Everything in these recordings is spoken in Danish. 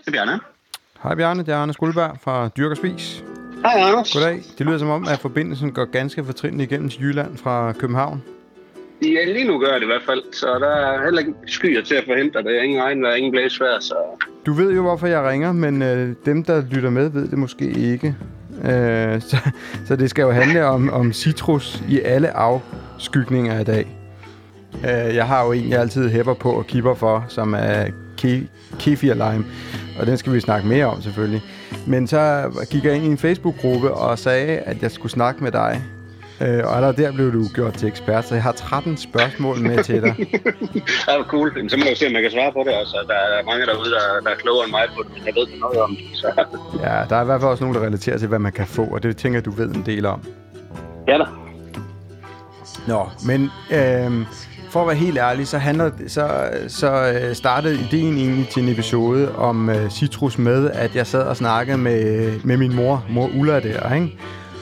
Det er Bjarne. Hej Bjarne, det er Anders Guldberg fra Dyrk og Spis. Hej Anders. Goddag. Det lyder som om, at forbindelsen går ganske fortrindeligt igennem til Jylland fra København. Ja, lige nu gør det i hvert fald, så der er heller ikke skyer til at forhindre det. Ingen regnvejr, ingen blæsvejr, så... Du ved jo, hvorfor jeg ringer, men dem, der lytter med, ved det måske ikke. Så det skal jo handle om citrus i alle afskygninger i dag. Jeg har jo en, jeg altid hæpper på og kipper for, som er kefir lime, og den skal vi snakke mere om selvfølgelig. Men så gik jeg ind i en Facebook-gruppe og sagde, at jeg skulle snakke med dig. Og der blev du gjort til ekspert, så jeg har 13 spørgsmål med til dig. Det er cool. Så må jeg se, om jeg kan svare på det. Altså, der er mange derude, der er klogere end mig på det, men jeg ved noget om det. Så. Ja, der er i hvert fald også nogen, der relaterer til, hvad man kan få, og det tænker jeg, du ved en del om. Ja da. Nå, men for at være helt ærlig, så startede ideen egentlig til en episode om citrus med, at jeg sad og snakkede med min mor Ulla der, ikke?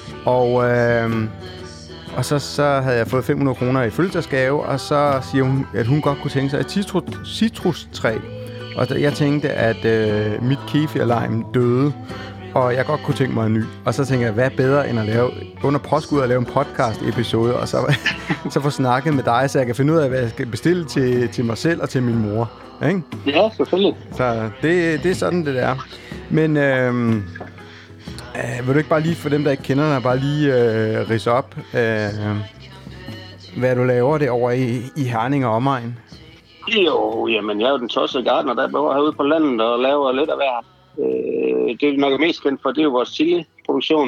Og så havde jeg fået 500 kroner i fødselsdagsgave, og så siger hun, at hun godt kunne tænke sig et citrustræ. Og jeg tænkte, at mit kefir lime døde, og jeg godt kunne tænke mig en ny. Og så tænkte jeg, hvad er bedre end at lave under påskud at lave en podcast-episode, og så få snakket med dig, så jeg kan finde ud af, hvad jeg skal bestille til mig selv og til min mor. Ikke? Ja, selvfølgelig. Så det er sådan, det er. Men vil du ikke bare lige, for dem, der ikke kender dig, bare lige ridse op, hvad du laver derovre i Herning og omegn? Jo, jamen jeg er jo den tossede gartner, der bor herude på landet og laver lidt af hvert. Det er nok er mest kendt for, det er jo vores chili-produktion,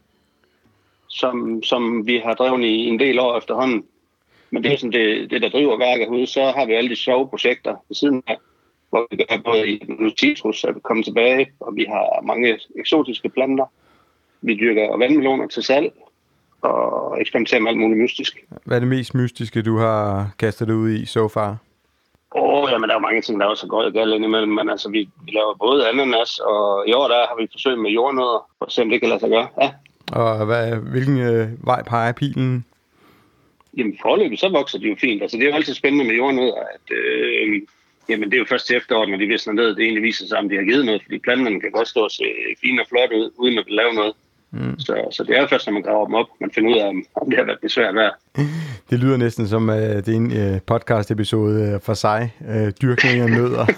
som vi har drevet i en del år efterhånden. Men det er sådan det der driver værket herude. Så har vi alle de sjove projekter ved siden af, hvor vi gør både i citrus, at vi kommer tilbage, og vi har mange eksotiske planter. Vi dyrker vandmeloner til salg og eksperimenterer med alt muligt mystisk. Hvad er det mest mystiske, du har kastet dig ud i so far? Jamen der er jo mange ting, der også er gået galt indimellem, men altså vi laver både ananas, og i år der har vi forsøgt med jordnødder, for at se om det kan lade sig gøre. Ja. Og hvilken vej peger pilen? Jamen foreløbig så vokser de jo fint. Altså det er jo altid spændende med jordnødder, at jamen det er jo først til efteråret, når de visner ned, det egentlig viser sig, om de har givet noget, fordi planterne kan godt stå og se fint og flot ud, uden at lave noget. Så det er jo først, når man graver dem op, man finder ud af, om det har været besvært værd. Det lyder næsten som det er en podcast-episode for sig. Dyrkning af nødder.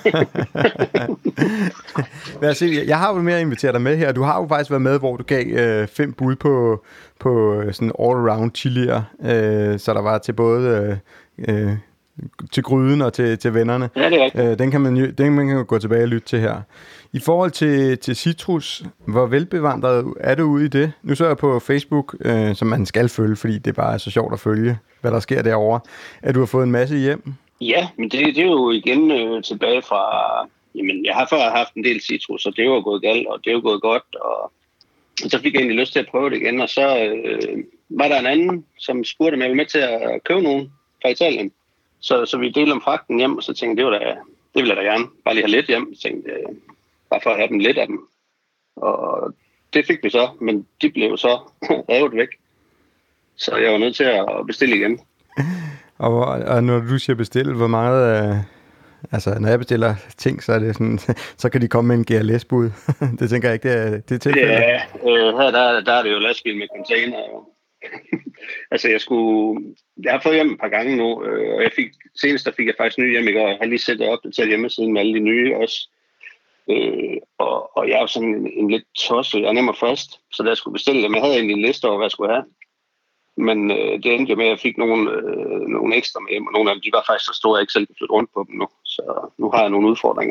Jeg har jo mere inviteret dig med her. Du har jo faktisk været med, hvor du gav 5 bud på sådan all-around chilier. Så der var til både til gryden og til vennerne. Ja, det er rigtigt. Den kan man jo gå tilbage og lytte til her. I forhold til citrus, hvor velbevandret er du ude i det? Nu så jeg på Facebook, som man skal følge, fordi det bare er så sjovt at følge, hvad der sker derovre. At du har fået en masse hjem? Ja, men det er jo igen tilbage fra... Jamen, jeg har før haft en del citrus, og det er jo gået galt, og det er jo gået godt, og så fik jeg egentlig lyst til at prøve det igen, og så var der en anden, som spurgte, om jeg ville med til at købe nogen fra Italien. Så vi delte om fragten hjem, og så tænkte jeg, det ville jeg da gerne. Bare lige have lidt hjem. Jeg tænkte, bare for at have dem lidt af dem. Og det fik vi så, men de blev så revet væk. Så jeg var nødt til at bestille igen. Og når du siger bestille, hvor meget... Altså, når jeg bestiller ting, så er det sådan, så kan de komme med en GLS-bud. Det tænker jeg ikke, det er tilfældet. Ja, her der er det jo lastbil med container. Altså, jeg har fået hjem et par gange nu, og senest fik jeg faktisk nye hjem i går. Jeg har lige set det opdateret hjemmesiden med alle de nye også. Og jeg er jo sådan en lidt tosse. Jeg er nemmer først, så da jeg skulle bestille dem, jeg havde egentlig en liste over, hvad jeg skulle have. Men det endte jo med, at jeg fik nogle ekstra med hjem, og nogle af dem, de var faktisk så store, at jeg ikke selv kunne flytte rundt på dem nu. Så nu har jeg nogle udfordringer.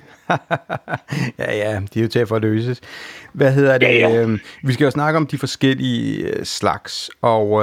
Ja, de er jo til for at løses. Hvad hedder det? Ja. Vi skal jo snakke om de forskellige slags, og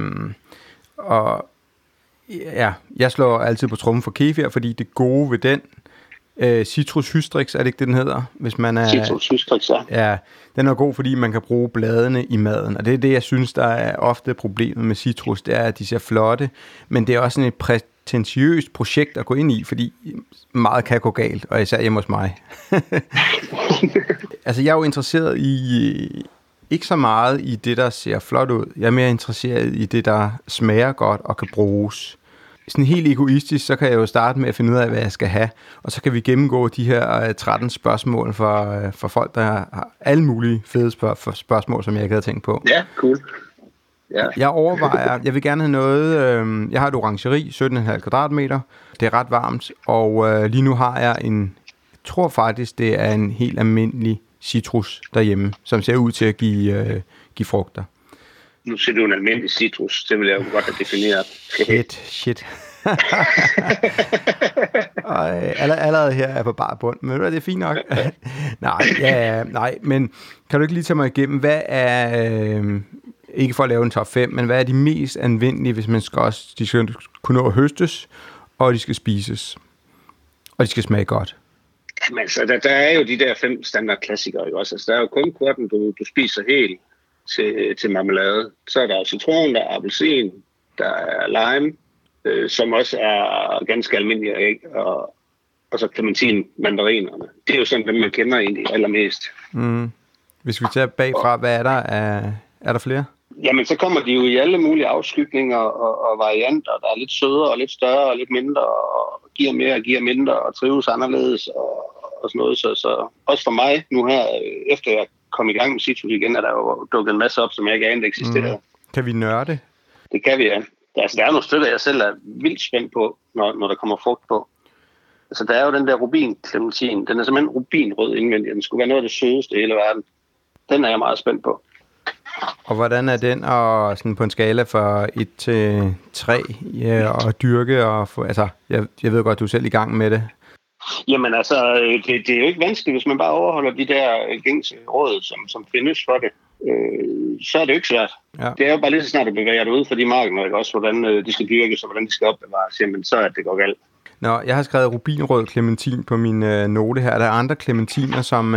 ja, jeg slår altid på trommen for kefir, fordi det gode ved den, Citrus hystrix, er det ikke det, den hedder? Hvis man er, Citrus hystrix, ja. Ja, den er god, fordi man kan bruge bladene i maden. Og det er det, jeg synes, der er ofte problemet med citrus. Det er, at de ser flotte, men det er også sådan et prætentiøst projekt at gå ind i, fordi meget kan gå galt, og især hjemme hos mig. Altså, jeg er jo interesseret i... Ikke så meget i det, der ser flot ud. Jeg er mere interesseret i det, der smager godt og kan bruges. sådan helt egoistisk, så kan jeg jo starte med at finde ud af, hvad jeg skal have, og så kan vi gennemgå de her 13 spørgsmål for folk, der har alle mulige fede spørgsmål, som jeg ikke havde tænkt på. Ja, cool. Ja. Jeg overvejer, jeg vil gerne have noget, jeg har et orangeri, 17,5 kvadratmeter, det er ret varmt, og lige nu har jeg jeg tror faktisk, det er en helt almindelig citrus derhjemme, som ser ud til at give frugter. Nu siger du en almindelig citrus, det vil jeg jo godt have defineret. Shit. Og allerede her er på bar bund, men det er fint nok. Nej, men kan du ikke lige tage mig igennem, hvad er, ikke for at lave en top 5, men hvad er de mest anvendelige, hvis man skal også, de skal kunne nå at høstes, og de skal spises, og de skal smage godt? Jamen altså, der er jo de der 5 standardklassikere, ikke også? Altså, der er jo kun kurten, du spiser helt til marmelade. Så er der citron, der er appelsin, der er lime, som også er ganske almindelige, ikke? Og så clementin, mandarinerne. Det er jo sådan, dem man kender egentlig allermest. Hvis vi tager bagfra, hvad er der? Er der flere? Jamen, så kommer de jo i alle mulige afskygninger og varianter. Der er lidt sødere og lidt større og lidt mindre, og giver mere og giver mindre, og trives anderledes og sådan noget. Så også for mig nu her, efter jeg kom i gang med citrus igen, er der jo dukket en masse op, som jeg ikke anede eksisterer. Kan vi nørde? Det kan vi, ja. Der er nogle stykker, jeg selv er vildt spændt på, når der kommer frugt på. Altså, der er jo den der rubin-clementin. Den er simpelthen rubinrød indvendig. Den skulle være noget af det sødeste i hele verden. Den er jeg meget spændt på. Og hvordan er den og sådan på en skala fra 1 til 3 at dyrke? Og altså, jeg ved godt, du er selv i gang med det. Jamen altså, det er jo ikke vanskeligt, hvis man bare overholder de der gængse råd, som findes for det. Så er det jo ikke svært. Ja. Det er jo bare lige så snart, du bevæger dig ud for de marker, ikke også, hvordan de skal dyrkes og hvordan de skal opbevares. Jamen, så er det går galt. Nå, jeg har skrevet rubinrød clementin på min note her. Der er andre clementiner, som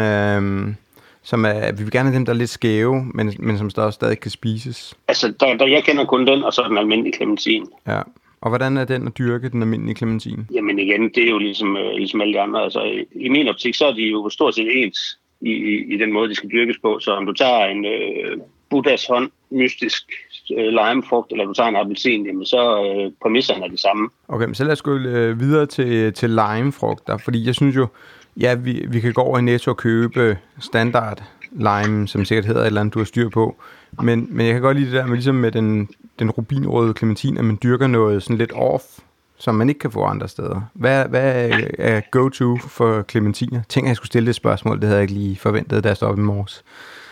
er, vi vil gerne have dem, der er lidt skæve, men som stadig kan spises. Altså, jeg kender kun den, og så den almindelige clementin. Ja. Og hvordan er den at dyrke, den almindelige clementin? Jamen igen, det er jo ligesom alle de andre. Altså, i min optik, så er de jo stort set ens i den måde, de skal dyrkes på. Så om du tager en Buddhas hånd, mystisk limefrugt, eller du tager en appelsin, jamen så præmisserne er de samme. Okay, men så lad os gå videre til limefrugter, fordi jeg synes jo, ja, vi kan gå over i Netto og købe standard lime, som sikkert hedder et eller andet, du har styr på. Men jeg kan godt lide det der med, ligesom med den rubinrøde clementin, at man dyrker noget sådan lidt off, som man ikke kan få andre steder. Hvad er go-to for clementiner? Tænk, at jeg skulle stille det spørgsmål, det havde jeg ikke lige forventet, da jeg stod op i morges.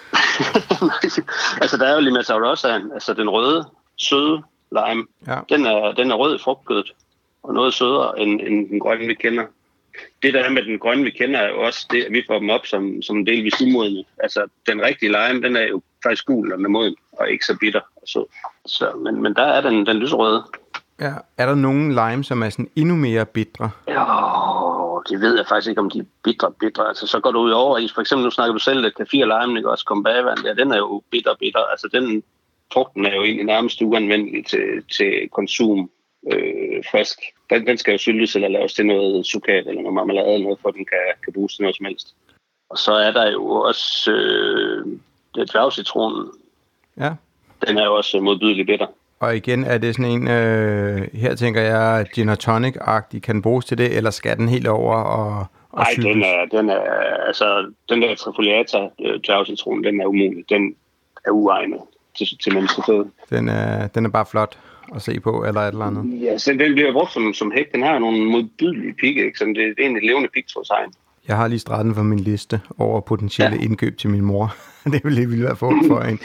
Altså, der er jo Limassol, altså den røde, søde lime. Ja. Den er rød i frugtkødet, og noget sødere end den grønne, vi kender. Det der er med den grønne, vi kender, er jo også det, at vi får dem op som delvis umodne. Altså, den rigtige lime, den er jo faktisk gul og med moden, og ikke så bitter og sød. Men der er den lyserøde. Ja. Er der nogen lime, som er sådan endnu mere bitre? Jo, det ved jeg faktisk ikke, om de er bitre. Altså, så går du ud over is. For eksempel, nu snakker du selv, at K4 lime, ikke også kom bagvand. Ja, den er jo bitter. Altså, frugten er jo egentlig nærmest uanvendelig til konsum frisk. Den skal jo syltes eller laves til noget sukat eller noget marmelade eller noget, for den kan bruges til noget som helst. Og så er der jo også dværgcitronen. Ja. Den er jo også modbydelig bitter. Og igen, er det sådan en, her tænker jeg, gin og tonic-agtig, kan den bruges til det, eller skal den helt over og syltes? Nej, den er, altså, den der trifoliata dværgcitronen, den er umulig. Den er uegnet til menneskeføde. Den er bare flot at se på, eller et eller andet? Ja, så den bliver brugt som hæk. Den har nogle modbydelige pigge, ikke? Så det er egentlig et levende pigtrådstegn. Jeg har lige streget den for min liste over potentielle indkøb til min mor. Det ville være for en.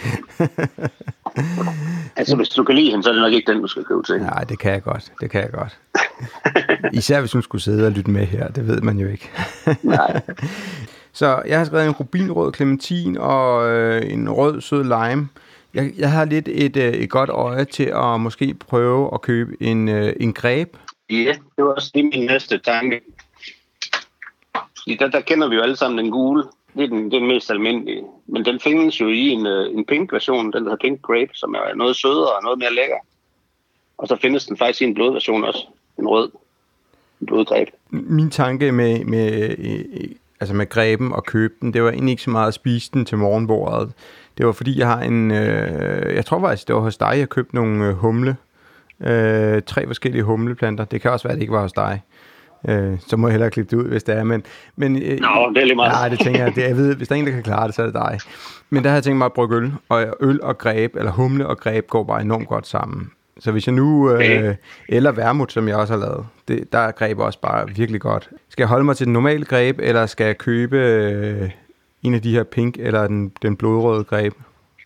Altså, hvis du kan lide hende, så er det nok ikke den, du skal købe til. Nej, det kan jeg godt. Især hvis hun skulle sidde og lytte med her, det ved man jo ikke. Nej. Så jeg har skrevet en rubinrød clementin og en rød sød lime. Jeg har lidt et godt øje til at måske prøve at købe en greb. Ja, det var også lige min næste tanke. Fordi der kender vi jo alle sammen den gule. Det er den mest almindelige. Men den findes jo i en pink version, den der hedder Pink Grape, som er noget sødere og noget mere lækker. Og så findes den faktisk i en blodversion også. En rød. En blodgreb. Min tanke med greben og købe den, det var egentlig ikke så meget at spise den til morgenbordet. Det var fordi, jeg har jeg tror faktisk, det var hos dig, jeg købte nogle humle 3 forskellige humleplanter. Det kan også være, at det ikke var hos dig. Så må jeg hellere klippe det ud, hvis det er. Men, det er lige meget. Nej, det tænker jeg. Jeg ved, hvis der er en, der kan klare det, så er det dig. Men der har jeg tænkt mig at brygge øl. Og øl og greb, eller humle og greb, går bare enormt godt sammen. Så hvis jeg nu, eller vermut, som jeg også har lavet, der er greb også bare virkelig godt. Skal jeg holde mig til den normale greb, eller skal jeg købe en af de her pink, eller den blodrøde greb?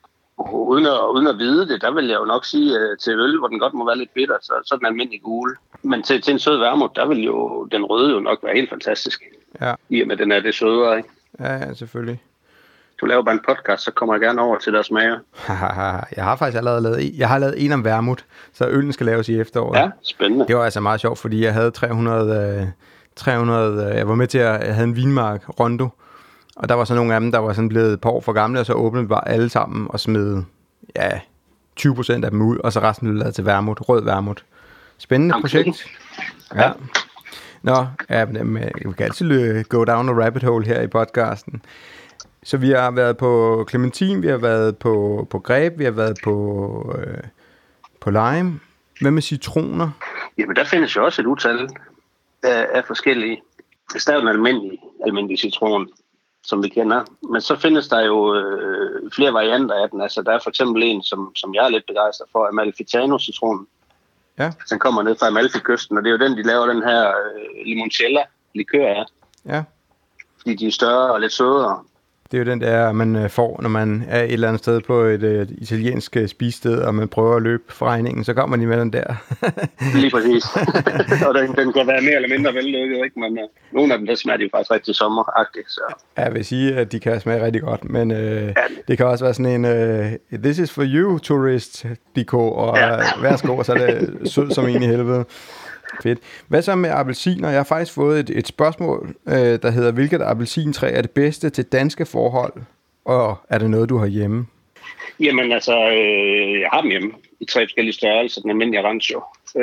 Uden at vide det, der vil jeg jo nok sige til øl, hvor den godt må være lidt bitter, så den almindelig gule. Men til en sød vermut, der vil jo den røde jo nok være helt fantastisk. Ja. I og med den er det sødere, ikke? Ja, selvfølgelig. Du laver bare en podcast, så kommer jeg gerne over til deres smager. Jeg har faktisk allerede lavet en om vermut, så øllen skal laves i efteråret. Ja, spændende. Det var altså meget sjovt, fordi jeg havde 300 jeg var med til at have en vinmark, Rondo, og der var så nogle af dem, der var sådan blevet et par år for gamle, og så åbnede vi bare alle sammen og smed 20% af dem ud, og så resten blev lavet til vermut, rød vermut. Spændende projekt. Ja. Nå, vi kan altid go down a rabbit hole her i podcasten. Så vi har været på clementin, vi har været på greb, vi har været på lime. Hvad med citroner? Jamen, der findes jo også et utal af forskellige. Der er jo en almindelig citron, som vi kender. Men så findes der jo flere varianter af den. Altså, der er for eksempel en, som jeg er lidt begejstret for, Amalfitano-citronen. Ja. Den kommer ned fra Amalfi-kysten, og det er jo den, de laver den her limoncello-likør af. Ja. Fordi de er større og lidt sødere. Det er jo den der, man får, når man er et eller andet sted på et italiensk spisested, og man prøver at løbe fra regningen, så kommer de med den der. Lige præcis. Og den kan være mere eller mindre vellykket, ikke? Men nogle af dem, der smager de jo faktisk rigtig sommeragtigt. Så. Jeg vil sige, at de kan smage rigtig godt, men det kan også være sådan en, this is for you, tourist, Diko, og værsgo, så er det sød som en i helvede. Fedt. Hvad så med appelsiner? Jeg har faktisk fået et spørgsmål, der hedder, hvilket appelsintræ er det bedste til danske forhold, og er det noget, du har hjemme? Jamen altså, jeg har dem hjemme i 3 forskellige størrelser, den almindelige Rancho.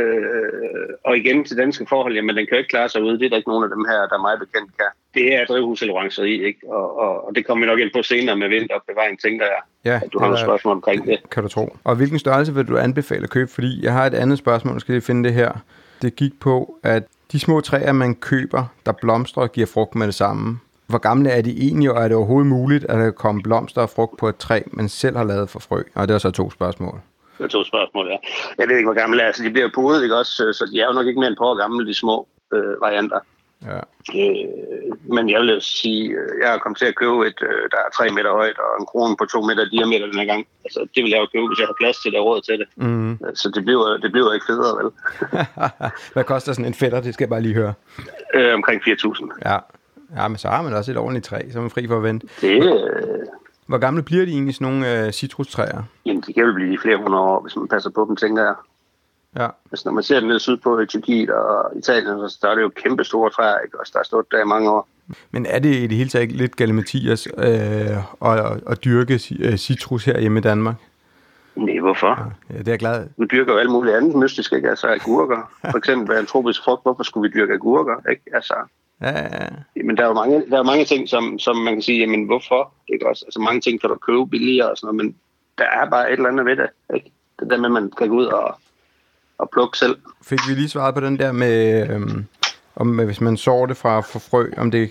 Og igen til danske forhold, jamen den kan jo ikke klare sig ude. Det er der ikke nogen af dem her, der er meget bekendt kan. Det er drivhuseleveranceri, ikke? Og det kommer vi nok ind på senere med vinteropbevaring, tænker jeg. Ja, at du har nogle spørgsmål omkring det. Kan du tro. Og hvilken størrelse vil du anbefale at købe? Fordi jeg har et andet spørgsmål, skal lige finde det her. Det gik på, at de små træer, man køber, der blomstrer og giver frugt med det samme. Hvor gamle er de egentlig, og er det overhovedet muligt, at der kommer blomster og frugt på et træ, man selv har lavet for frø? Og det er så 2 spørgsmål. Det er 2 spørgsmål, ja. Jeg ved ikke, hvor gamle er. Altså, de bliver podet, ikke også? Så de er jo nok ikke mere end et par år gamle, de små varianter. Ja. Men jeg vil jo sige, jeg har kommet til at købe et, der er 3 meter højt, og en krone på 2 meter diameter den her gang. Altså, det vil jeg jo købe, hvis jeg har plads til det og råd til det. Mm. Så det bliver ikke federe, vel? Hvad koster sådan en fætter? Det skal jeg bare lige høre. Omkring 4.000. Ja, men så har man også et ordentligt træ, så er man fri for at vente. Hvor gamle bliver de egentlig, sådan nogle citrustræer? Jamen, de kan jo blive flere 100 år, hvis man passer på dem, tænker jeg. Ja. Altså, når man ser dem nede sydpå i Tyrkiet og Italien, så er det jo kæmpe store træer, ikke? Og der har stået der i mange år. Men er det i det hele taget ikke lidt galimatias at dyrke citrus her hjemme i Danmark? Nej, hvorfor? Ja, det er jeg glad. Vi dyrker jo alt muligt andet mystisk, ikke? Altså agurker. For eksempel hvad en tropisk frugt. Hvorfor skulle vi dyrke agurker, ikke? Altså. Ja. Men der er jo mange ting, som man kan sige, jamen hvorfor? Ikke også? Altså mange ting kan du købe billigere og sådan noget, men der er bare et eller andet ved det, ikke? Det der med, at man kan gå ud og plukke selv. Fik vi lige svaret på den der med, om hvis man sår det fra frø,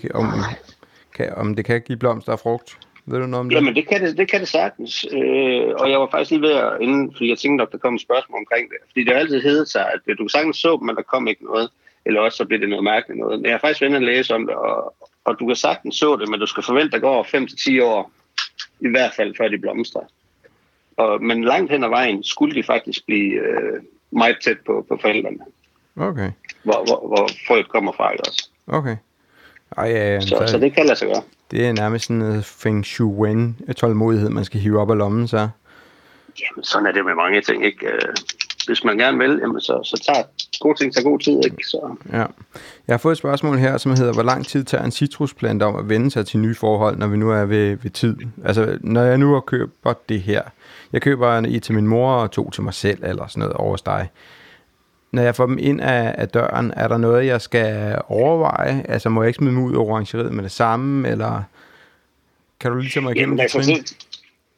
om det kan give blomster og frugt? Ved du noget om det? Jamen det kan det sagtens. Og jeg var faktisk lige ved fordi jeg tænkte nok, der kom et spørgsmål omkring det. Fordi det har altid heddet sig, at du sagtens så dem, men der kom ikke noget. Eller også så bliver det noget mærkeligt noget. Men jeg har faktisk vendt at læse om det, og du kan sagtens så det, men du skal forvente, at der går 5-10 år, i hvert fald før de blomstrer. Men langt hen ad vejen skulle de faktisk blive meget tæt på forældrene. Okay. Hvor frøet kommer fra, ikke også? Okay. Så det kan lade sig gøre. Det er nærmest sådan noget feng shui tålmodighed, man skal hive op af lommen, så. Jamen, sådan er det med mange ting, ikke? Hvis man gerne vil, jamen, så tager gode ting god tid, ikke? Så. Ja. Jeg har fået et spørgsmål her, som hedder, hvor lang tid tager en citrusplante om at vende sig til nye forhold, når vi nu er ved tid? Altså, når jeg nu køber det her, jeg køber en til min mor og 2 til mig selv, eller sådan noget over dig. Når jeg får dem ind af døren, er der noget, jeg skal overveje? Altså, må jeg ikke smide dem ud i orangeriet med det samme, eller kan du lige tage mig igennem det?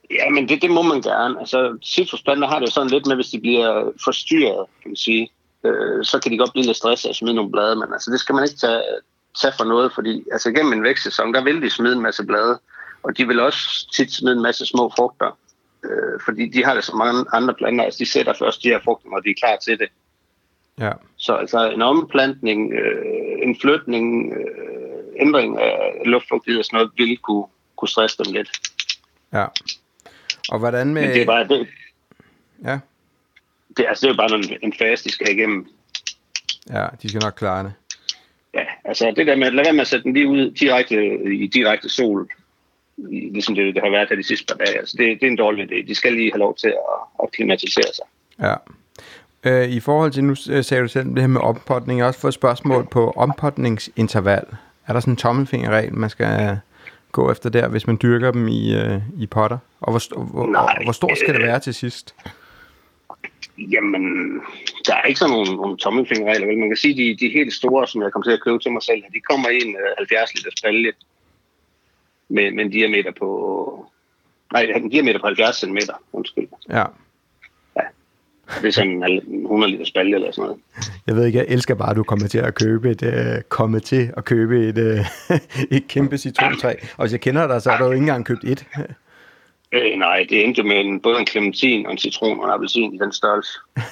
Ja, men det må man gerne. Altså, citrusplanter har det jo sådan lidt med, hvis de bliver forstyrret, kan man sige. Så kan de godt blive lidt stresset og smide nogle blade, men altså, det skal man ikke tage for noget, fordi altså, gennem en vækstsæson, der vil de smide en masse blade, og de vil også tit smide en masse små frugter, fordi de har det så mange andre planter, altså de sætter først de her frugter, når de er klar til det. Ja. Så altså en omplantning, en flytning, ændring af luftfugtighed og sådan noget, vil kunne stresse dem lidt. Ja. Og hvordan med... Men det er bare det. Ja. Det er jo bare en fase, de skal igennem. Ja, de skal nok klare det. Ja, altså det der med at lade være med at sætte den lige ud direkte sol, ligesom det har været her de sidste par dage. Altså det er en dårlig idé. De skal lige have lov til at klimatisere sig. Ja. I forhold til, nu sagde du selv det her med ompotning, jeg har også fået et spørgsmål på ompotningsinterval. Er der sådan en tommelfingerregel, man skal gå efter der, hvis man dyrker dem i potter? Og hvor stort skal det være til sidst? Jamen, der er ikke sådan nogle tommelfingerregler, vel? Man kan sige, de helt store, som jeg kommer til at købe til mig selv, de kommer i en 70 liters balje med en diameter på... Nej, en diameter på 70 cm, undskyld. Ja. Det er sådan en 100 liters balje eller sådan noget. Jeg ved ikke, jeg elsker bare, at du kommer til at købe et kæmpe citrontræ. Og hvis jeg kender dig, så har du jo ikke engang købt et. Nej, det endte med både en clementin og en citron og en appelsin i den størrelse.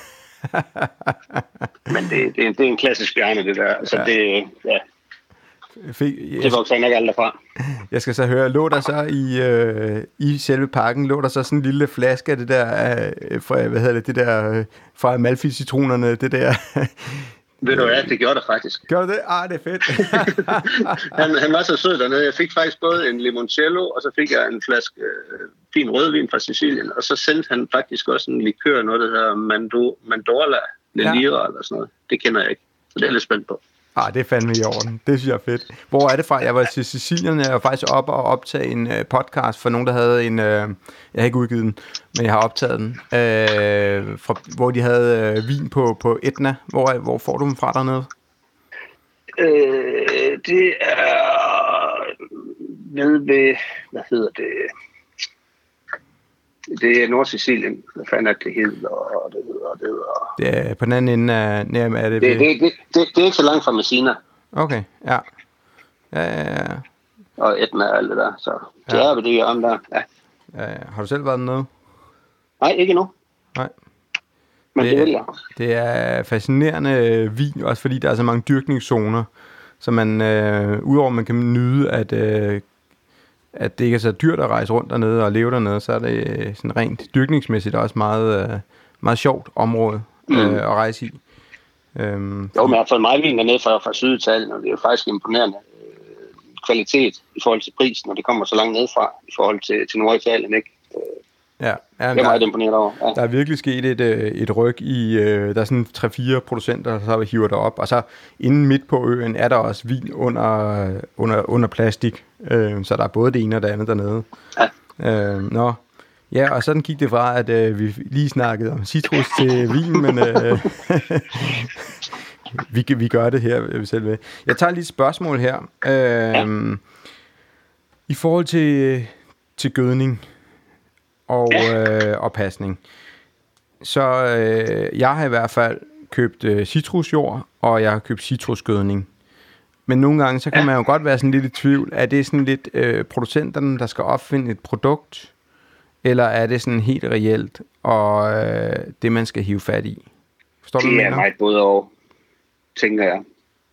Men det er en klassisk bjerne, det der. Altså, ja. Det vokser nok aldrig fra. Jeg skal så høre, lå der så i selve pakken, lå der så sådan en lille flaske af det der, fra Amalfi-citronerne, det der... Ved du hvad, det gjorde der faktisk. Gjorde det? Det er fedt. han var så sød dernede. Jeg fik faktisk både en limoncello, og så fik jeg en flaske fin rødvin fra Sicilien, og så sendte han faktisk også en likør, noget der hedder Mandorla Lira eller sådan noget. Det kender jeg ikke, så det er jeg lidt spændt på. Det er fandme i orden. Det synes jeg er fedt. Hvor er det fra? Jeg var til Sicilien, og jeg var faktisk op og optage en podcast for nogen, der havde en... jeg har ikke udgivet den, men jeg har optaget den. Hvor de havde vin på Etna. Hvor får du dem fra dernede? Det er nede ved... Hvad hedder det? Det er Nordsicilien. Hvad fanden er det hedder? Og det hedder... Det er på den anden ende af... Det er ikke så langt fra Messina. Okay, ja. Ja. Og Etna og alt det der. Så det er ved det hjørne der. Ja. Har du selv været dernede? Nej, ikke endnu. Nej. Men det vil jeg. Det er fascinerende vin, også fordi der er så mange dyrkningszoner, så man, udover man kan nyde, at det ikke er så dyrt at rejse rundt dernede og leve dernede, så er det sådan rent dyrkningsmæssigt også meget sjovt område at rejse i. Jo, men jeg har fået meget vin dernede fra Syditalien, og det er jo faktisk imponerende kvalitet i forhold til prisen, når det kommer så langt nedfra i forhold til Norditalien, ikke? Ja, det er meget imponeret over. Ja. Der er virkelig sket et ryg i, der er sådan 3-4 producenter, der så hiver det op, og så inden midt på øen er der også vin under plastik, så der er både det ene og det andet dernede. Ja. Ja, og sådan gik det fra, at vi lige snakkede om citrus til vin, men vi gør det her selv. Jeg tager lige et spørgsmål her. I forhold til gødning og pasning. Så jeg har i hvert fald købt citrusjord, og jeg har købt citrusgødning. Men nogle gange, så kan man jo godt være sådan lidt i tvivl. Er det sådan lidt producenterne, der skal opfinde et produkt? Eller er det sådan helt reelt, og det man skal hive fat i? Forstår du, hvad jeg mener? Det er meget både og, tænker jeg.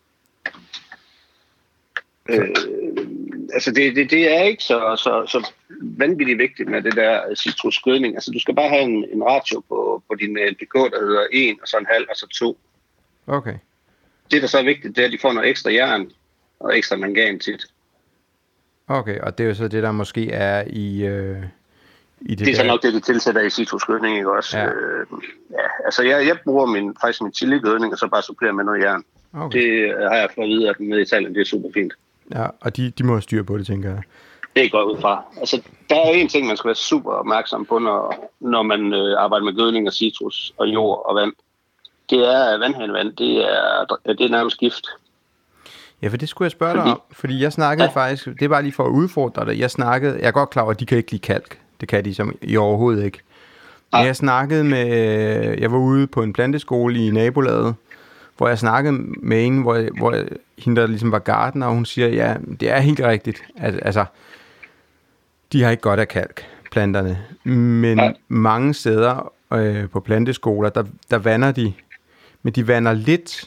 Altså det er ikke så vanvittigt vigtigt med det der citrusgødning. Altså du skal bare have en ratio på din NPK, der hedder 1, og så en halv, og så 2. Okay. Det, der så er vigtigt, det er, at de får noget ekstra jern og ekstra mangan tit. Okay, og det er jo så det, der måske er i det er så nok det, de tilsætter i citrusgødning, ikke også? Ja. Altså jeg bruger faktisk min chiligødning, og så bare supplerer med noget jern. Okay. Det har jeg fået at vide, at nede i Italien, det er super fint. Ja, og de må have styr på det, tænker jeg. Det går ud fra. Altså, der er en ting, man skal være super opmærksom på, når man arbejder med gødning og citrus og jord og vand. Det er vandhanevand. Det er nærmest gift. Ja, for det skulle jeg spørge dig om. Fordi jeg snakkede faktisk, det er bare lige for at udfordre dig. Jeg er godt klar over, at de kan ikke lide kalk. Det kan de som i overhovedet ikke. Men jeg var ude på en planteskole i nabolaget, hvor jeg snakkede med en, hvor hende, der ligesom var gartner, og hun siger, ja, det er helt rigtigt. Altså, de har ikke godt af kalk, planterne. Men mange steder på planteskoler, der vander de, men de vander lidt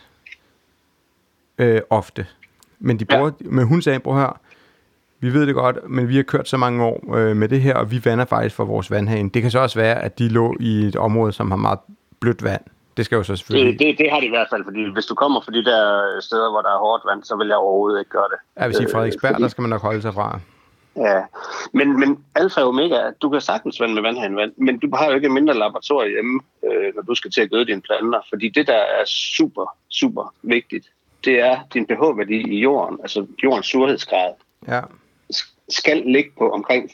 ofte. Men, men hun sagde, prøv her, vi ved det godt, men vi har kørt så mange år med det her, og vi vander faktisk for vores vandhane. Det kan så også være, at de lå i et område, som har meget blødt vand. Det skal jo så selvfølgelig... Det har de i hvert fald, fordi hvis du kommer fra de der steder, hvor der er hårdt vand, så vil jeg overhovedet ikke gøre det. Jeg vil sige, Frederiksberg, der skal man nok holde sig fra. Ja, men alfa og omega, du kan sagtens vande med vandhanevand, men du har jo ikke et mindre laboratorium hjemme, når du skal til at gøde dine planter, fordi det, der er super, super vigtigt, det er din pH-værdi i jorden, altså jordens surhedsgrad. Ja. Skal ligge på omkring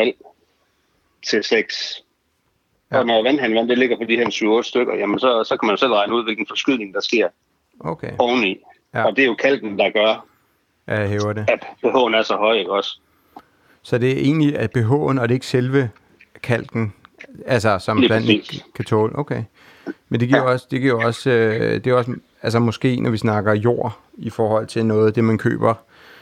5,5 til 6. Ja. Og når vandhanevand, det ligger på de her 7-8 stykker, jamen så kan man jo selv regne ud, hvilken forskydning der sker oveni. Ja. Og det er jo kalken, der gør, hæver det. At pH'en er så høj, ikke også? Så det er egentlig at pH'en, og det er ikke selve kalken, altså som blandt ikke kan tåle. Okay. Men det giver også, altså måske når vi snakker jord i forhold til noget af det, man køber,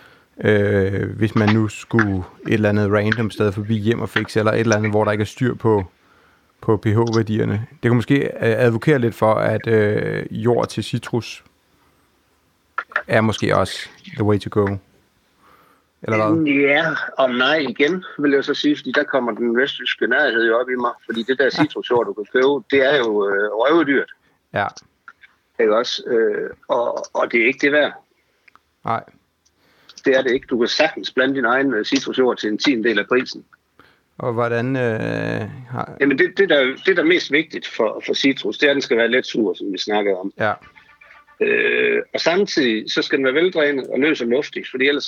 hvis man nu skulle et eller andet random sted forbi hjem og fikse, eller et eller andet, hvor der ikke er styr på pH-værdierne. Det kan måske advokere lidt for, at jord til citrus er måske også the way to go. Eller hvad? Ja, og nej igen, vil jeg så sige, fordi der kommer den vestjyske nærhed jo op i mig, fordi det der citrusjord, du kan købe, det er jo røvedyrt. Ja. Ikke også? Og det er ikke det værd. Nej. Det er det ikke. Du kan sagtens blande din egen citrusjord til en 10% af prisen. Og hvordan... Jamen det der er mest vigtigt for citrus, det er, at den skal være let sur, som vi snakkede om. Ja. Og samtidig, så skal den være veldrænet og løs og luftig, fordi ellers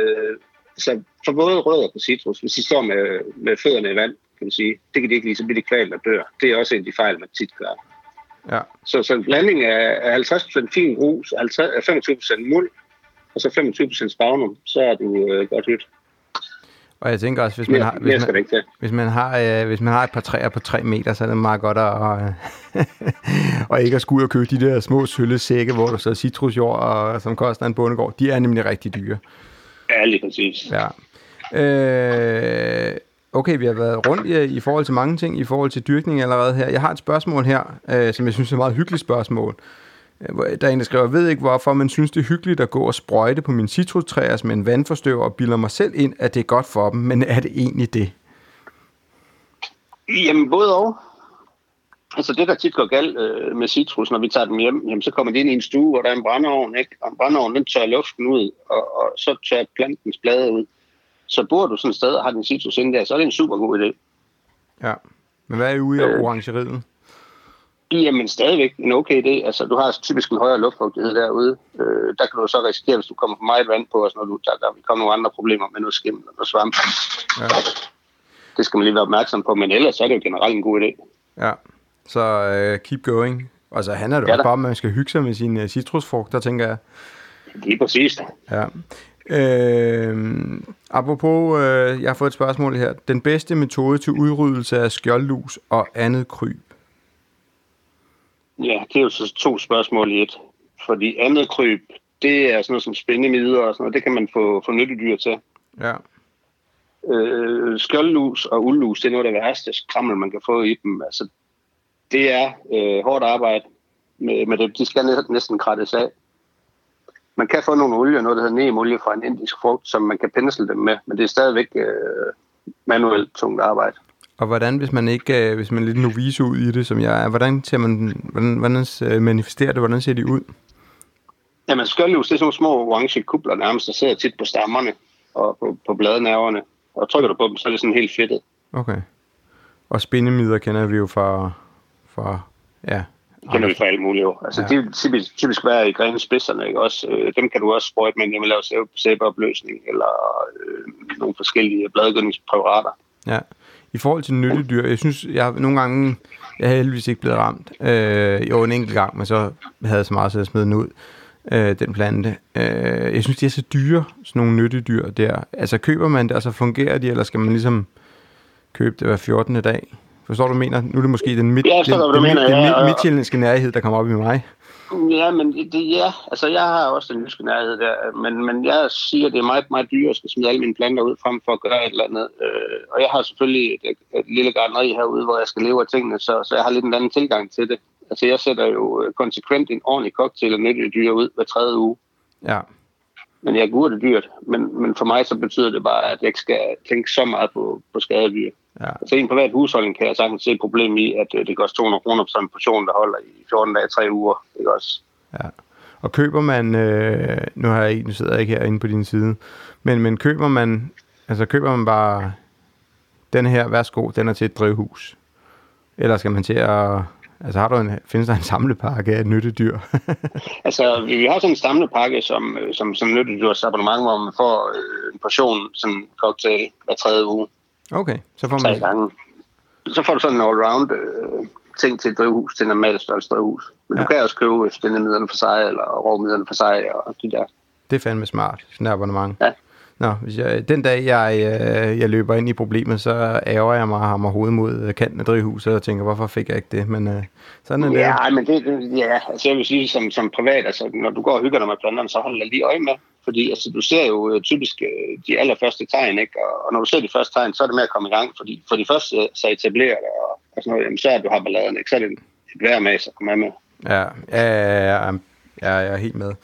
så for både rødder på citrus, hvis de står med fødderne i vand, kan man sige, det kan de ikke lide, så bliver de kvalt og dør. Det er også en af de fejl, man tit gør. Ja. Så en blanding af 50% fin grus, 25% muld, og så 25% spagnum, så er du godt hyt. Og jeg tænker også, hvis man har et par træer på 3 meter, så er det meget godt at ikke at skulle ud og købe de der små sølle sække, hvor der så er citrusjord, og som koster en bondegård. De er nemlig rigtig dyre. Ja, lige præcis. Ja. Okay, vi har været rundt i forhold til mange ting, i forhold til dyrkning allerede her. Jeg har et spørgsmål her, som jeg synes er et meget hyggeligt spørgsmål. Der er en, der skriver, jeg ved ikke hvorfor, men synes det er hyggeligt at gå og sprøjte på mine citrustræer med en vandforstøver og bilder mig selv ind, at det er godt for dem, men er det egentlig det? Jamen både og. Altså det, der tit går galt med citrus, når vi tager dem hjem, jamen, så kommer de ind i en stue, hvor der er en brændeovn, ikke? Og en brændeovn, den tørrer luften ud, og så tørrer plantens blade ud. Så bor du sådan et sted og har din citrus inde der, så er det en super god idé. Ja, men hvad er ude i orangeriet? Jamen stadigvæk en okay idé. Altså du har typisk en højere luftfugtighed derude. Der kan du så risikere, hvis du kommer for meget vand på, og når der vil komme nogle andre problemer med noget skimmel og noget svamp. Ja. Det skal man lige være opmærksom på, men ellers så er det jo generelt en god idé. Ja, så keep going. Og så handler det også bare om, at man skal hygge sig med sine citrusfrugter, tænker jeg. Lige præcis. Ja. Apropos, jeg har fået et spørgsmål her. Den bedste metode til udryddelse af skjoldlus og andet kryb? Ja, det er jo så 2 spørgsmål i et. Fordi andet kryb, det er sådan noget som spindemider og sådan noget. Det kan man få nyttedyr til. Ja. Skjoldlus og uldlus, det er noget af det værste skrammel, man kan få i dem. Altså, det er hårdt arbejde med det. De skal næsten krattes af. Man kan få nogle olie, noget der hedder nemolie fra en indisk frugt, som man kan pensle dem med, men det er stadigvæk manuelt tungt arbejde. Og hvordan, hvis man er lidt novice ud i det, som jeg er, hvordan manifesterer det, hvordan ser de ud? Jamen, skjoldlus, det er sådan nogle små orange kubler nærmest, der sidder tit på stammerne og på bladnerverne. Og trykker du på dem, så er det sådan helt fedtet. Okay. Og spindemider kender vi jo fra ja. Kender vi fra alt muligt jo. Altså, ja. De typisk være i grenspidserne, ikke også? Dem kan du også sprøjte med, når man laver sæbeopløsning eller nogle forskellige bladgødningspræparater. Ja. I forhold til nyttedyr, jeg synes, nogle gange, jeg har heldigvis ikke blevet ramt. Jo, en enkelt gang, men så havde jeg så meget, så jeg smed den ud, den plante. Jeg synes, de er så dyre, sådan nogle nyttedyr der. Altså, køber man det, og så fungerer de, eller skal man ligesom købe det hver 14. dag. Forstår du, mener? Nu er det måske den midtjyllandske nærhed, der kommer op i mig. Ja, men altså jeg har også den jyske nærhed der, men jeg siger, at det er meget, meget dyrt at skal smide alle mine planter ud frem for at gøre et eller andet. Og jeg har selvfølgelig et lille gartneri herude, hvor jeg skal leve af tingene, så jeg har lidt en anden tilgang til det. Altså jeg sætter jo konsekvent en ordentlig cocktail af nyttedyr ud hver 3. uge. Ja. Men jeg guder det dyrt, men for mig så betyder det bare, at jeg ikke skal tænke så meget på skadedyr. Ja. Altså i en privat husholdning kan jeg sagtens se et problem i, at det koster 200 kroner på sådan en portion, der holder i 14 dage, 3 uger. Ikke også? Ja. Og køber man, nu sidder jeg ikke herinde på din side, men køber man bare den her, værsgo, den er til et drivhus? Eller skal man til at... Altså findes der en samlepakke af nyttedyr? Altså, vi har sådan en samlepakke som nyttedyrs abonnement, hvor man får en portion sådan cocktail hver 3. uge. Okay, så får man... 3 gange. Så får du sådan en all-round ting til et drivhus, til en normalt størrelse drivhus. Men du kan også købe stændemidlerne for sig, eller råmidlerne for sig, og de der. Det er fandme smart, sådan et abonnement. Ja. Nå, den dag jeg løber ind i problemet, så ærger jeg mig hovedet mod kanten af drivhuset og tænker, hvorfor fik jeg ikke det? Men sådan er det. Ja, men altså jeg vil sige, som privat, altså når du går og hygger dig med planterne, så hold lige øje med. Fordi altså, du ser jo typisk de allerførste tegn, ikke? Og når du ser de første tegn, så er det med at komme i gang. Fordi for de første så etablerer det, og sådan noget, jamen, så er du har balladen, ikke? Så er det et værd med, så komme med. Ja, jeg er helt med.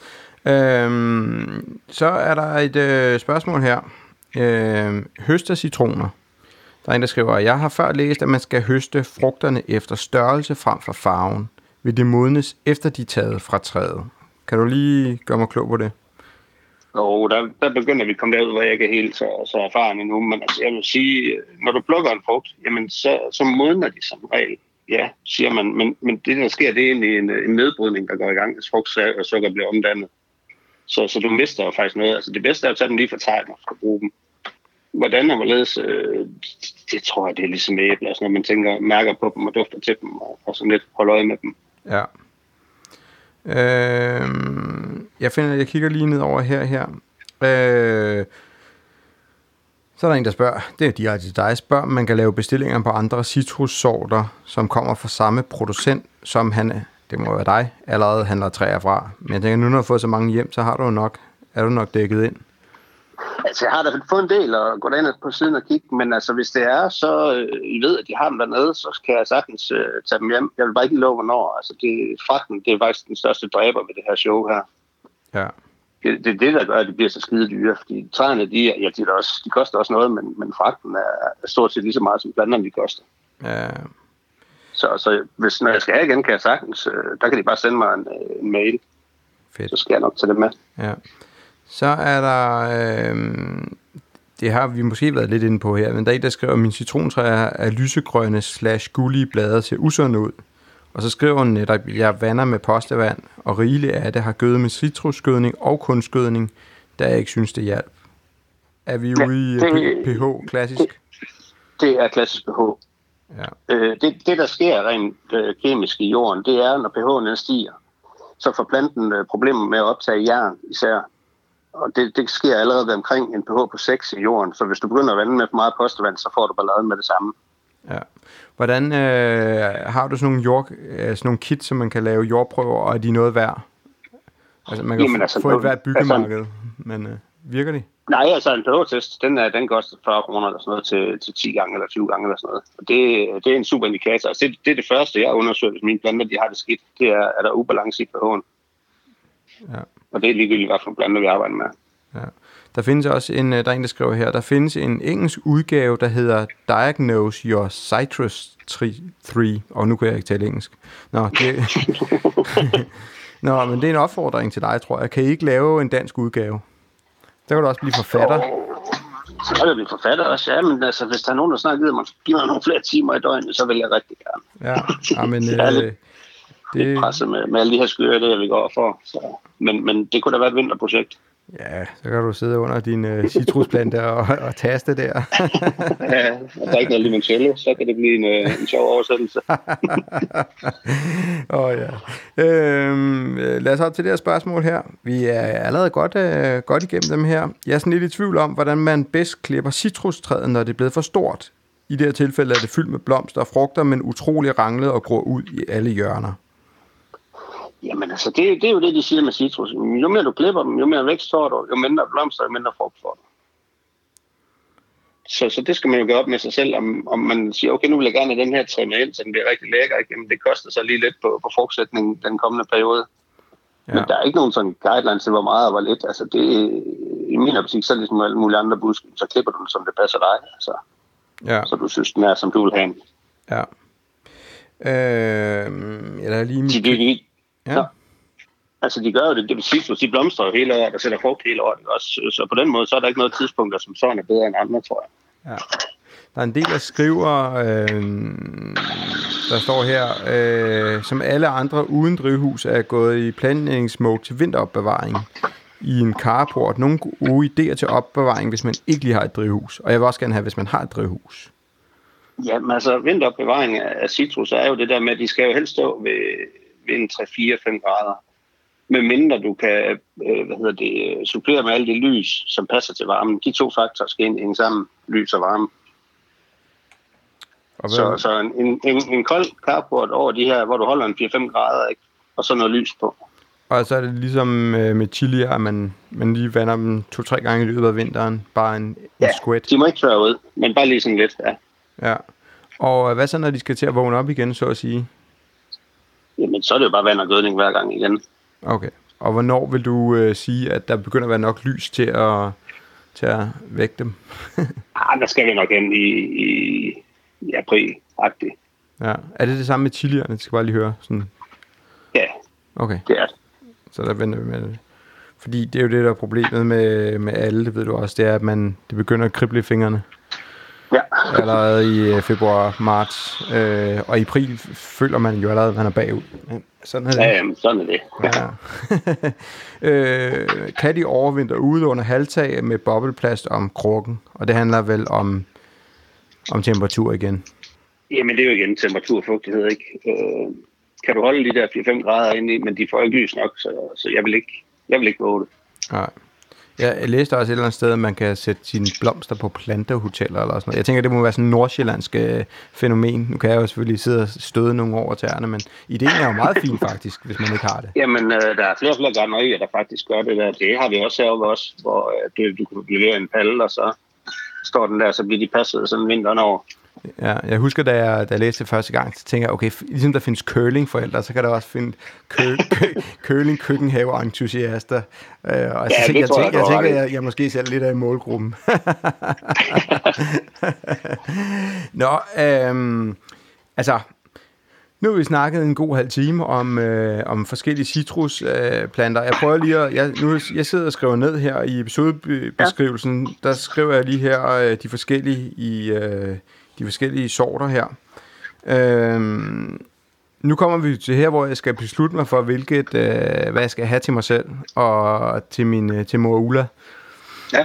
Så er der et spørgsmål her. Høste citroner. Der er en, der skriver, jeg har før læst, at man skal høste frugterne efter størrelse frem for farven. Vil det modnes efter de er taget fra træet? Kan du lige gøre mig klog på det? Og der begynder vi at komme derud, hvor jeg ikke er helt så erfaren endnu. Men altså, jeg vil sige, når du plukker en frugt, jamen så modner de som regel. Ja, siger man. Men det, der sker, det er egentlig en nedbrydning, der går i gang, hvis frugt og sukker bliver omdannet. Så du mister jo faktisk noget. Altså det bedste er at tage dem lige for tegn, når du skal bruge dem. Hvordan og hvorledes, det tror jeg, det er ligesom æbler, når man mærker på dem og dufter til dem, og sådan lidt holder øje med dem. Ja. Jeg kigger lige ned over her. Så er der en, der spørger, det er direkte til dig, spørger, om man kan lave bestillinger på andre citrussorter, som kommer fra samme producent, som det må være dig, allerede handler træer fra. Men jeg tænker, nu når du har fået så mange hjem, så er du nok dækket ind. Altså, jeg har da fået en del og gå derind på siden og kigge, men altså, hvis det er, så I ved, at de har dem dernede, så kan jeg sagtens tage dem hjem. Jeg vil bare ikke love, hvornår. Altså, fragten, det er faktisk den største dræber ved det her show her. Ja. Det er det, der gør, at det bliver så skide dyre, fordi træerne, de koster også noget, men fragten er stort set lige så meget, som planterne de koster. Ja. Så hvis når jeg skal have igen, kan jeg sagtens, der kan de bare sende mig en mail. Fedt. Så skal jeg nok tage det med. Ja. Så er der, det har vi måske været lidt inde på her, men der er en, der skriver, at min citrontræer er lysegrønne / gullige blade ser usunde ud. Og så skriver hun netop, at jeg vander med postevand, og rigeligt af det har gødet med citrusgødning og kunstgødning, da jeg ikke synes, det hjælp. Er vi ude i pH klassisk? Det er klassisk pH. Ja. Det, der sker rent kemisk i jorden, det er, når pH'en stiger, så får planten problemer med at optage jern især. Og det sker allerede omkring en pH på 6 i jorden, så hvis du begynder at vande med for meget postevand, så får du balladen med det samme. Ja. Hvordan har du sådan nogle kits, som man kan lave jordprøver, og er de noget værd? Altså man kan få et hvert byggemarked, men virker de? Nej, altså en pH-test, den koster 40 kroner eller sådan noget til 10 gange eller 20 gange eller sådan noget. Og det er en super indikator. Altså det er det første, jeg undersøger, hvis mine planter de har det skidt. Det er der ubalance i pH'en. Ja. Og det er ligegyldigt, hvad for planter vi arbejder med. Ja. Der findes også der er en, der skriver her, der findes en engelsk udgave, der hedder Diagnose Your Citrus Tree. Og nu kan jeg ikke tale engelsk. Nå, men det er en opfordring til dig, tror jeg. Kan I ikke lave en dansk udgave? Der kan du også blive forfatter. Så kan jeg blive forfatter også, ja. Men altså, hvis der er nogen, der snart giver mig nogle flere timer i døgnet, så vil jeg rigtig gerne. Ja, men... det presset med alle de her skyer, det vi går for. Så. Men det kunne da være et vinterprojekt. Ja, så kan du sidde under din citrusplante og taste der. Ja, og der er ikke noget limoncello, så kan det blive en sjov oversættelse. Lad os op til det her spørgsmål her. Vi er allerede godt igennem dem her. Jeg er sådan lidt i tvivl om, hvordan man bedst klipper citrustræet, når det er blevet for stort. I det her tilfælde er det fyldt med blomster og frugter, men utrolig ranglet og gror ud i alle hjørner. Jamen altså, det er jo det, de siger med citrus. Jo mere du klipper dem, jo mere vækst får du, jo mindre blomster, jo mindre frugt får du. Så det skal man jo gøre op med sig selv, om man siger, okay, nu vil jeg gerne have den her trimmet ind, så den bliver rigtig lækker. Jamen, det koster så lige lidt på frugtsætningen den kommende periode. Ja. Men der er ikke nogen sådan guidelines til, hvor meget og hvor lidt. Altså, det i min optik, så ligesom alle mulige andre buske, så klipper du den, som det passer dig. Altså, så du synes, den er, som du vil have den. Ja. Eller lige... Ja. Altså, de gør jo det citrus, de blomstrer jo hele året, og sætter frugt hele året. Også. Så på den måde, så er der ikke noget tidspunkt, som sådan er bedre end andre, tror jeg. Ja. Der er en del, der skriver, der står her, som alle andre uden drivhus er gået i planlægningsmode til vinteropbevaring i en carport. Nogle gode idéer til opbevaring, hvis man ikke lige har et drivhus. Og jeg vil også gerne have, hvis man har et drivhus. Jamen altså, vinteropbevaring af citrus er jo det der med, at de skal jo helst stå ved en 3-4-5 grader. Med mindre du kan supplere med alt det lys, som passer til varmen. De 2 faktorer skal hænge sammen, lys og varme. Og så en kold carport over de her, hvor du holder en 4-5 grader, ikke? Og så noget lys på. Og så er det ligesom med chilier, at man lige vander dem 2-3 gange i løbet af vinteren. Bare en squat. De må ikke tørre ud, men bare lige sådan lidt, ja. Og hvad så, når de skal til at vågne op igen, så at sige? Jamen, så er det jo bare vand og gødning hver gang igen. Okay. Og hvornår vil du sige, at der begynder at være nok lys til at vække dem? Der skal vi nok hen i april-agtigt. Ja. Er det samme med chilierne? Det skal bare lige høre. Sådan. Ja, okay. Det er det. Så der venter vi med det. Fordi det er jo det, der er problemet med alle, det ved du også, det er, at det begynder at krible i fingrene. Ja. Allerede i februar, marts, og i april føler man jo allerede, at man er bagud. Men sådan er det. Ja, jamen, sådan er det. Ja. Kan de overvintre ude under halvtag med bobleplast om krukken? Og det handler vel om temperatur igen? Jamen, det er jo igen temperatur og fugtighed, ikke? Kan du holde de der 4-5 grader inde i, men de får ikke lys nok, så jeg vil ikke våge det. Nej. Jeg læste også et eller andet sted, at man kan sætte sine blomster på plantehoteller eller sådan noget. Jeg tænker, det må være sådan en nordsjællandsk fænomen. Nu kan jeg jo selvfølgelig sidde og støde nogle over tæerne, men ideen er jo meget fin faktisk, hvis man ikke har det. Jamen, der er flere gartnerier, der faktisk gør det der. Det har vi også heroppe også, hvor du kan levere en palle, og så står den der, så bliver de passet sådan vinteren over. Ja, jeg husker, da jeg læste det første gang, så tænker jeg, okay, ligesom der findes curlingforældre, så kan der også finde curling-køkkenhave-entusiaster. Og så jeg tænker, jeg måske selv lidt af i målgruppen. Nå, altså, nu har vi snakket en god halv time om forskellige citrusplanter. Jeg prøver lige jeg sidder og skriver ned her i episodebeskrivelsen, der skriver jeg lige her de forskellige sorter her. Nu kommer vi til her, hvor jeg skal beslutte mig for, hvad jeg skal have til mig selv og til mor Ulla. Ja.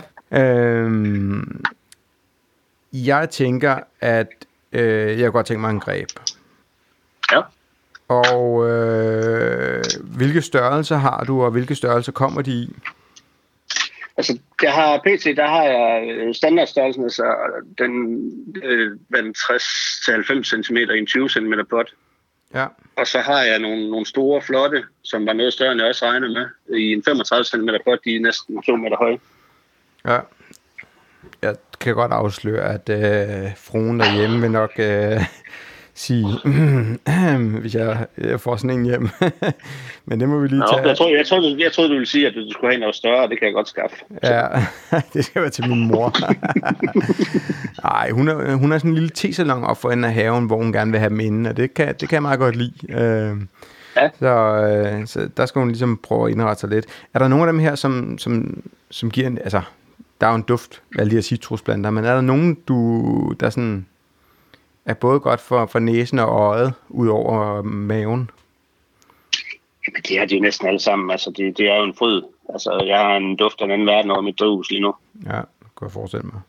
Jeg tænker, at jeg kunne godt tænke mig en greb. Ja. Og hvilke størrelser har du, og hvilke størrelser kommer de i? Altså, der har jeg standardstørrelsen, så den 60-90 cm i en 20 cm pot. Ja. Og så har jeg nogle store, flotte, som var noget større, end jeg også regnede med, i en 35 cm pot, de er næsten 2 meter høje. Ja. Jeg kan godt afsløre, at fruen derhjemme vil nok sige, hvis jeg får sådan en hjem. Men det må vi lige tage. Jeg troede, du ville sige, at du skulle have noget større, det kan jeg godt skaffe. Ja, det skal være til min mor. Nej, hun er sådan en lille tesalon op for enden af haven, hvor hun gerne vil have dem inde, og det kan jeg meget godt lide. Ja. Så der skal hun ligesom prøve at indrette sig lidt. Er der nogen af dem her, som giver en, altså, der er jo en duft af alle de her citrusplanter, men er der nogen, der sådan er både godt for næsen og øjet, ud over maven? Jamen, det er de næsten alle sammen. Altså, det er jo en fryd. Altså, jeg har en duft af en anden verden over mit drivhus lige nu. Ja, det kan jeg forestille mig.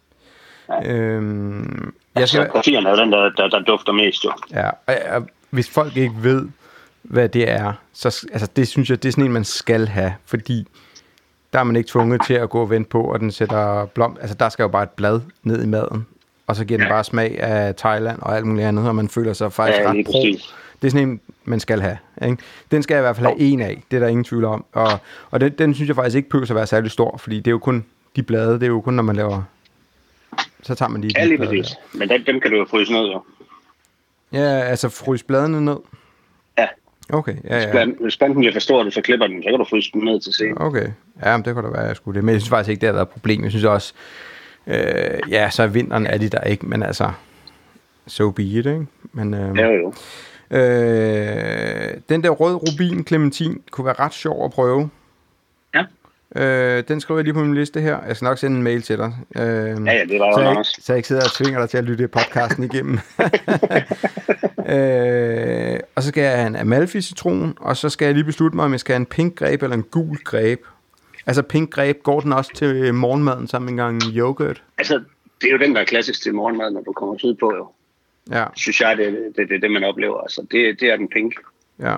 Ja. Grafierne er jo den, der dufter mest, jo. Ja, og hvis folk ikke ved, hvad det er, så altså, det synes jeg, det er sådan en, man skal have, fordi der er man ikke tvunget til at gå og vente på, og den sætter blom. Altså, der skal jo bare et blad ned i maden, og så giver den bare smag af Thailand og alt muligt andet, og man føler sig faktisk ret pro. Det er sådan en, man skal have. Ikke? Den skal jeg i hvert fald have en af, det er der ingen tvivl om. Og den synes jeg faktisk ikke behøver at være særlig stor, fordi det er jo kun de blade, det er jo kun, når man laver... Så tager man lige de blade. Præcis. Men dem kan du jo fryse ned, jo. Ja, altså fryse bladene ned? Ja. Okay, ja. Hvis planten bliver for stor, så klipper den, så kan du fryse den ned til scenen. Okay, ja, men det kunne da være, jeg skulle det. Men jeg synes faktisk ikke, det har været et problem. Jeg synes også, så er vinteren er de der ikke, men altså, so be it, ikke? Men, jo. Den der rød rubin clementin kunne være ret sjov at prøve. Ja. Den skriver jeg lige på min liste her. Jeg skal nok sende en mail til dig. Ja, det var jo også. Så jeg ikke sidder og tvinger dig til at lytte podcasten igennem. Og så skal jeg have en Amalfi-citron, og så skal jeg lige beslutte mig, om jeg skal have en pink greb eller en gul greb. Altså pink greb, går den også til morgenmaden sammen en gang yoghurt? Altså, det er jo den, der er klassisk til morgenmad, når du kommer syd på, jo. Ja. Synes jeg, det er det, man oplever. Altså, det er den pink. Ja.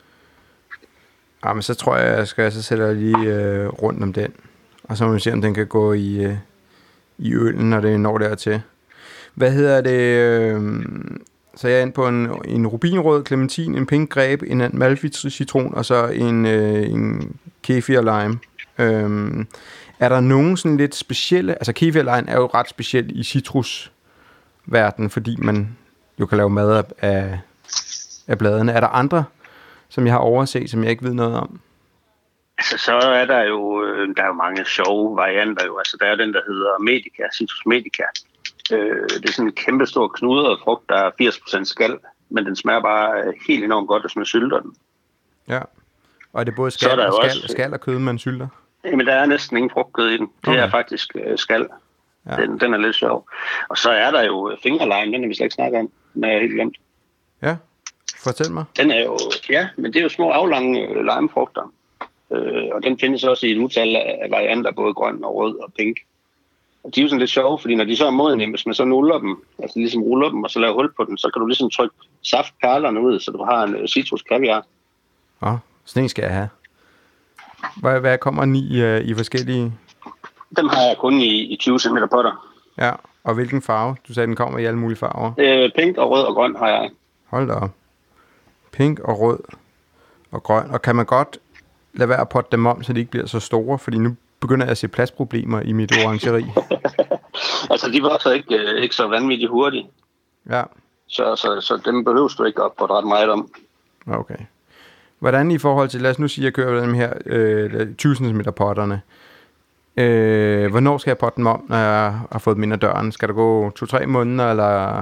Ja, men så tror jeg så sætter jeg lige rundt om den. Og så må vi se, om den kan gå i øllen, når det når dertil. Hvad hedder det? Så jeg er inde på en rubinrød clementin, en pink greb, en Amalfi-citron, og så en kefir lime. Er der nogen sådan lidt specielle... Altså kefir lime er jo ret speciel i citrusverdenen, fordi man jo kan lave mad af bladene. Er der andre, som jeg har overset, som jeg ikke ved noget om? Altså, så er der jo mange sjove varianter jo. Altså, der er den, der hedder Medica, Citrus Medica. Det er sådan en kæmpe stor knudret frugt, der er 80% skal, men den smager bare helt enormt godt, hvis man sylter den. Ja, og er det både skal og kød, man sylter? Jamen, der er næsten ingen frugtkød i den. Det er faktisk skal. Ja. Den er lidt sjov. Og så er der jo fingerlime, den har vi slet ikke snakket om. Den er helt glemt. Ja, fortæl mig. Den er jo, ja, men det er jo små aflange limefrugter. Og den findes også i et utal af varianter, både grøn og rød og pink. Og de er jo sådan lidt sjove, fordi når de så er modne, hvis man så nuller dem, altså ligesom ruller dem og så laver hul på den, så kan du ligesom trykke saftperlerne ud, så du har en citrus kaviar. Sådan en skal jeg have. Hvad kommer den i forskellige? Dem har jeg kun i 20 cm potter. Ja, og hvilken farve? Du sagde, den kommer i alle mulige farver. Pink og rød og grøn har jeg. Hold da op. Pink og rød og grøn. Og kan man godt lade være at potte dem om, så de ikke bliver så store? Fordi nu begynder jeg at se pladsproblemer i mit orangeri. Altså, de vokser ikke så vanvittigt hurtigt. Ja. Så dem behøver du ikke at potte ret meget om. Okay. Hvordan i forhold til, lad os nu sige, at jeg kører dem her 20 cm potterne. Hvornår skal jeg potte dem om, når jeg har fået dem ind ad døren? Skal der gå 2-3 måneder, eller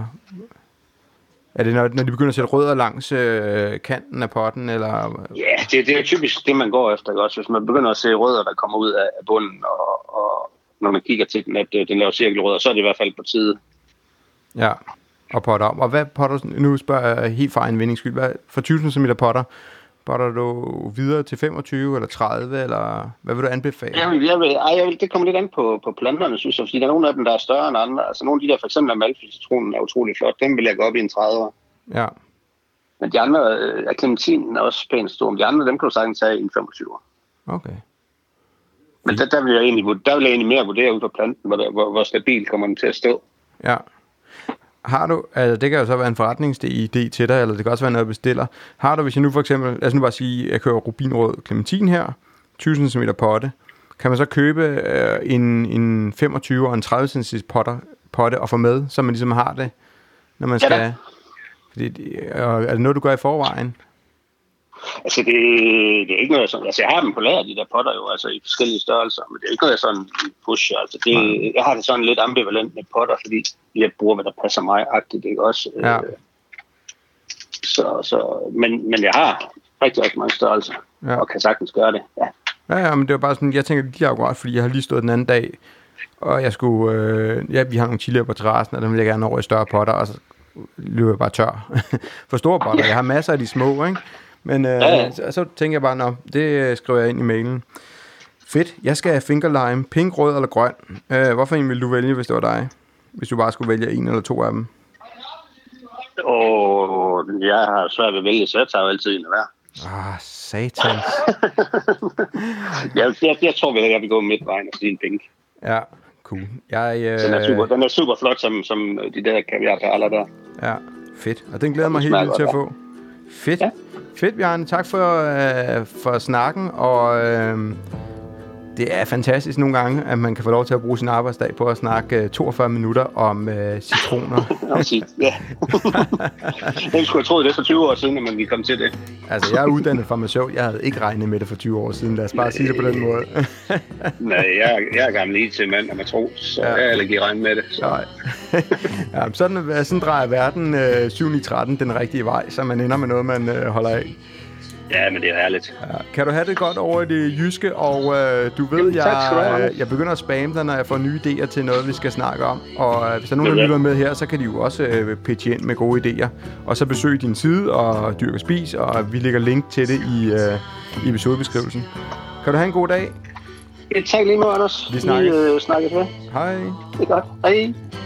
er det, når de begynder at sætte rødder langs kanten af potten? Eller? Ja, det er jo typisk det, man går efter. Ikke? Også hvis man begynder at se rødder, der kommer ud af bunden, og når man kigger til den, at den laver cirkelrødder, så er det i hvert fald på tide. Ja, og potter om. Og hvad potter, nu spørger jeg helt fra en vindingsskyld, hvad for 20 cm potter du videre til 25 eller 30, eller hvad vil du anbefale? Jeg vil, det kommer lidt an på planterne, synes jeg, fordi der er nogle af dem, der er større end andre. Altså nogle af de der, for eksempel Amalfi-citronen er utrolig flot, dem vil jeg gå op i en 30'er. Ja. Men de andre, clementinen er også pænt stor, men de andre, dem kan du sagtens tage i en 25'er. Okay. Men der vil jeg egentlig mere vurdere ud fra planten, hvor stabil kommer den til at stå. Ja. Har du, altså det kan jo så være en forretningsidé til dig, eller det kan også være noget, jeg bestiller. Har du, hvis jeg nu for eksempel, lad os nu bare sige, jeg køber rubinrød clementin her, 20 cm potte, kan man så købe en 25 og en 30 cm potte og få med, så man ligesom har det, når man skal... Er det noget, du gør i forvejen? Altså det er ikke noget sådan, altså jeg har dem på lager, de der potter jo, altså i forskellige størrelser, men det er ikke noget sådan pusher, altså jeg har det sådan lidt ambivalent med potter, fordi jeg bruger, hvad der passer mig-agtigt, ikke også? Ja. Men jeg har rigtig mange størrelser, og kan sagtens gøre det, ja. Ja, men det var bare sådan, jeg tænker lige akkurat, fordi jeg har lige stået den anden dag, og jeg skulle, vi har nogle chilier på terrassen, og dem vil jeg gerne over i større potter, og så løber jeg bare tør for store potter. Jeg har masser af de små, ikke? Men så tænker jeg bare, det skriver jeg ind i mailen. Fedt, jeg skal have fingerlime, pink, rød eller grøn. Hvorfor en vil du vælge, hvis det var dig? Hvis du bare skulle vælge en eller to af dem. Jeg har svært ved at vælge, så jeg tager jo altid en af hver. Satans. jeg tror vel, at jeg vil gå midtvejen og sige en pink. Ja, Cool. Den er super flot, som de der kaviarperler der. Ja, fedt. Og den glæder mig helt vildt til at få. Fedt. Ja. Fedt, Bjarne. Tak for snakken, og det er fantastisk nogle gange, at man kan få lov til at bruge sin arbejdsdag på at snakke 42 minutter om citroner. Ja. Jeg skulle have troet det for 20 år siden, at man ville komme til det. Altså, jeg er uddannet farmaceut. Jeg havde ikke regnet med det for 20 år siden. Lad os bare sige det på den måde. Nej, jeg er gammel IT-mand og matros, så jeg har ikke regnet med det. Så. Nej. Ja, sådan drejer verden 7-13 den rigtige vej, så man ender med noget, man holder af. Ja, men det er herligt. Ja. Kan du have det godt over i det jyske, og du ved, jeg begynder at spamme dig, når jeg får nye idéer til noget, vi skal snakke om. Og hvis der er nogen, der lytter med her, så kan de jo også pitche ind med gode idéer. Og så besøg din side og Dyrk og Spis, og vi lægger link til det i episodebeskrivelsen. Kan du have en god dag? Tak lige meget, Anders. Vi snakkes. Snakkes med. Hej. Det er godt. Hej.